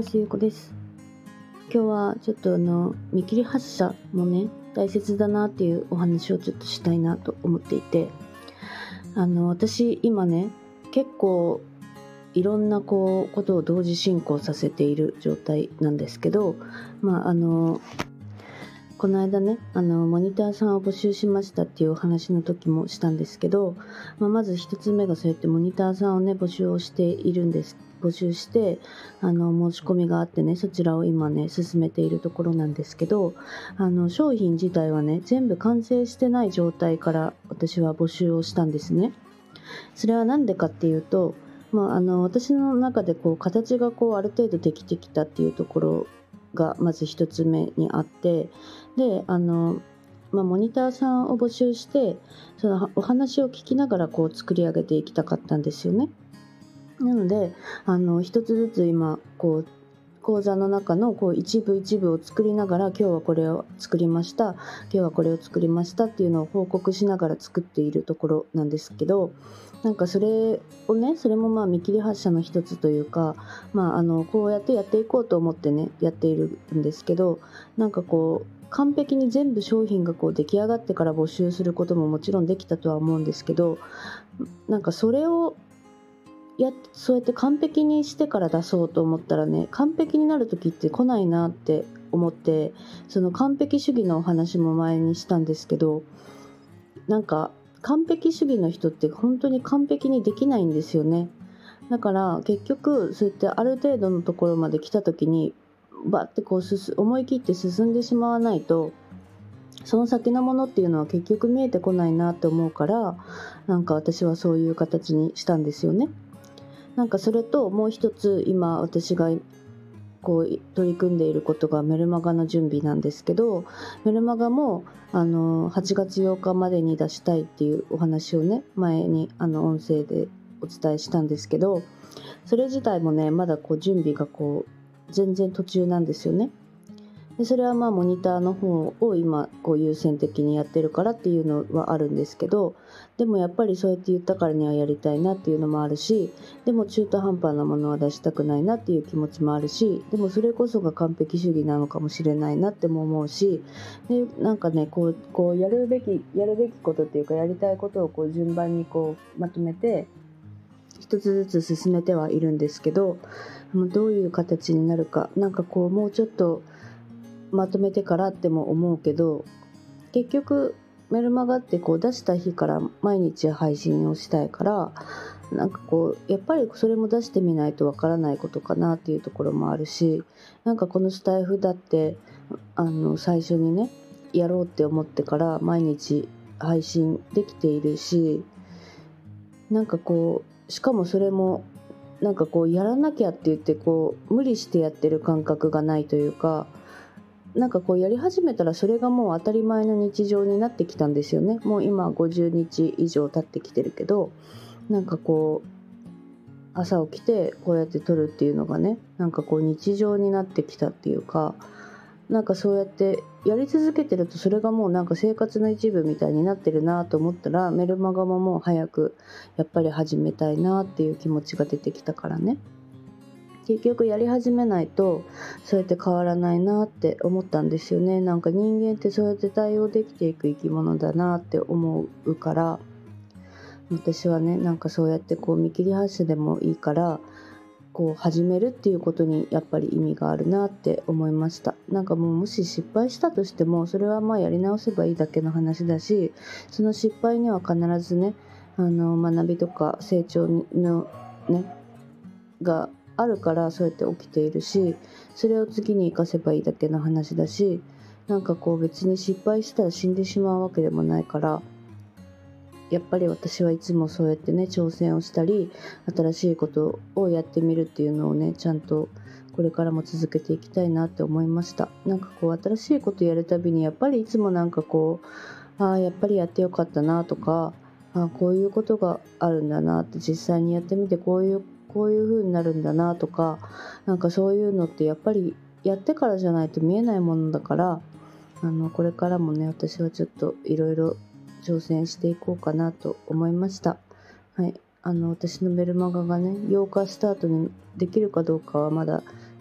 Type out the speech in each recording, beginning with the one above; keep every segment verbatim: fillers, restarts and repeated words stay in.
ます。ゆうこです。今日はちょっとあの見切り発車もね大切だなっていうお話をちょっとしたいなと思っていて、あの私今ね結構いろんなこうことを同時進行させている状態なんですけど、まああのこの間ねあのモニターさんを募集しましたっていうお話の時もしたんですけど、まあ、まず一つ目がそうやってモニターさんをね募集をしているんです募集してあの申し込みがあってね、そちらを今ね進めているところなんですけど、あの商品自体はね全部完成してない状態から私は募集をしたんですね。それは何でかっていうと、まあ、あの私の中でこう形がこうある程度できてきたっていうところがまず一つ目にあって、であの、まあ、モニターさんを募集してそのお話を聞きながらこう作り上げていきたかったんですよね。なのであの一つずつ今こう講座の中のこう一部一部を作りながら、今日はこれを作りました、今日はこれを作りましたっていうのを報告しながら作っているところなんですけど、なんかそれをねそれもまあ見切り発車の一つというか、まあ、あのこうやってやっていこうと思ってねやっているんですけど、なんかこう完璧に全部商品がこう出来上がってから募集することももちろんできたとは思うんですけど、なんかそれをやそうやって完璧にしてから出そうと思ったらね、完璧になる時って来ないなって思って、その完璧主義のお話も前にしたんですけど、なんか完璧主義の人って本当に完璧にできないんですよね。だから結局そうやってある程度のところまで来た時にバッてこう進思い切って進んでしまわないと、その先のものっていうのは結局見えてこないなって思うから、なんか私はそういう形にしたんですよね。なんかそれともう一つ今私がこう取り組んでいることがメルマガの準備なんですけど、メルマガもあのはちがつようかまでに出したいっていうお話をね前にあの音声でお伝えしたんですけど、それ自体もねまだこう準備がこう全然途中なんですよね。でそれはまあモニターの方を今こう優先的にやってるからっていうのはあるんですけど、でもやっぱりそうやって言ったからにはやりたいなっていうのもあるし、でも中途半端なものは出したくないなっていう気持ちもあるし、でもそれこそが完璧主義なのかもしれないなっても思うし、でなんかねこうこうやるべきやるべきことっていうかやりたいことをこう順番にこうまとめて一つずつ進めてはいるんですけど、どういう形になるか、なんかこうもうちょっとまとめてからっても思うけど、結局メルマガってこう出した日から毎日配信をしたいから、なんかこうやっぱりそれも出してみないとわからないことかなっていうところもあるし、なんかこのスタイフだってあの最初にねやろうって思ってから毎日配信できているし、なんかこうしかもそれもなんかこうやらなきゃって言ってこう無理してやってる感覚がないというか、なんかこうやり始めたらそれがもう当たり前の日常になってきたんですよね。もう今ごじゅうにち以上経ってきてるけど、なんかこう朝起きてこうやって撮るっていうのがね、なんかこう日常になってきたっていうか、なんかそうやってやり続けてるとそれがもうなんか生活の一部みたいになってるなと思ったら、メルマガももう早くやっぱり始めたいなっていう気持ちが出てきたからね。結局やり始めないとそうやって変わらないなって思ったんですよね。なんか人間ってそうやって対応できていく生き物だなって思うから、私はねなんかそうやってこう見切り発車でもいいからこう始めるっていうことにやっぱり意味があるなって思いました。なんかもうもし失敗したとしてもそれはまあやり直せばいいだけの話だし、その失敗には必ずねあの学びとか成長のねがあるからそうやって起きているし、それを次に生かせばいいだけの話だし、なんかこう別に失敗したら死んでしまうわけでもないから、やっぱり私はいつもそうやってね挑戦をしたり新しいことをやってみるっていうのをねちゃんとこれからも続けていきたいなって思いました。なんかこう新しいことやるたびにやっぱりいつもなんかこうああやっぱりやってよかったなとか、あこういうことがあるんだなって実際にやってみてこういうこういう風になるんだなとか、なんかそういうのってやっぱりやってからじゃないと見えないものだから、あのこれからもね私はちょっといろいろ挑戦していこうかなと思いました。はい、あの私のメルマガがねようかスタートにできるかどうかはまだ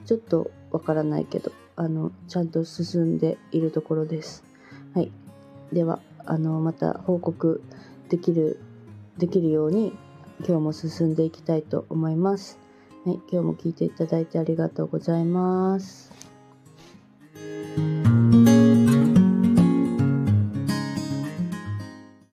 ちょっとわからないけど、あのちゃんと進んでいるところです。はい。では、あのまた報告できるできるように今日も進んでいきたいと思います。はい、今日も聞いていただいてありがとうございます。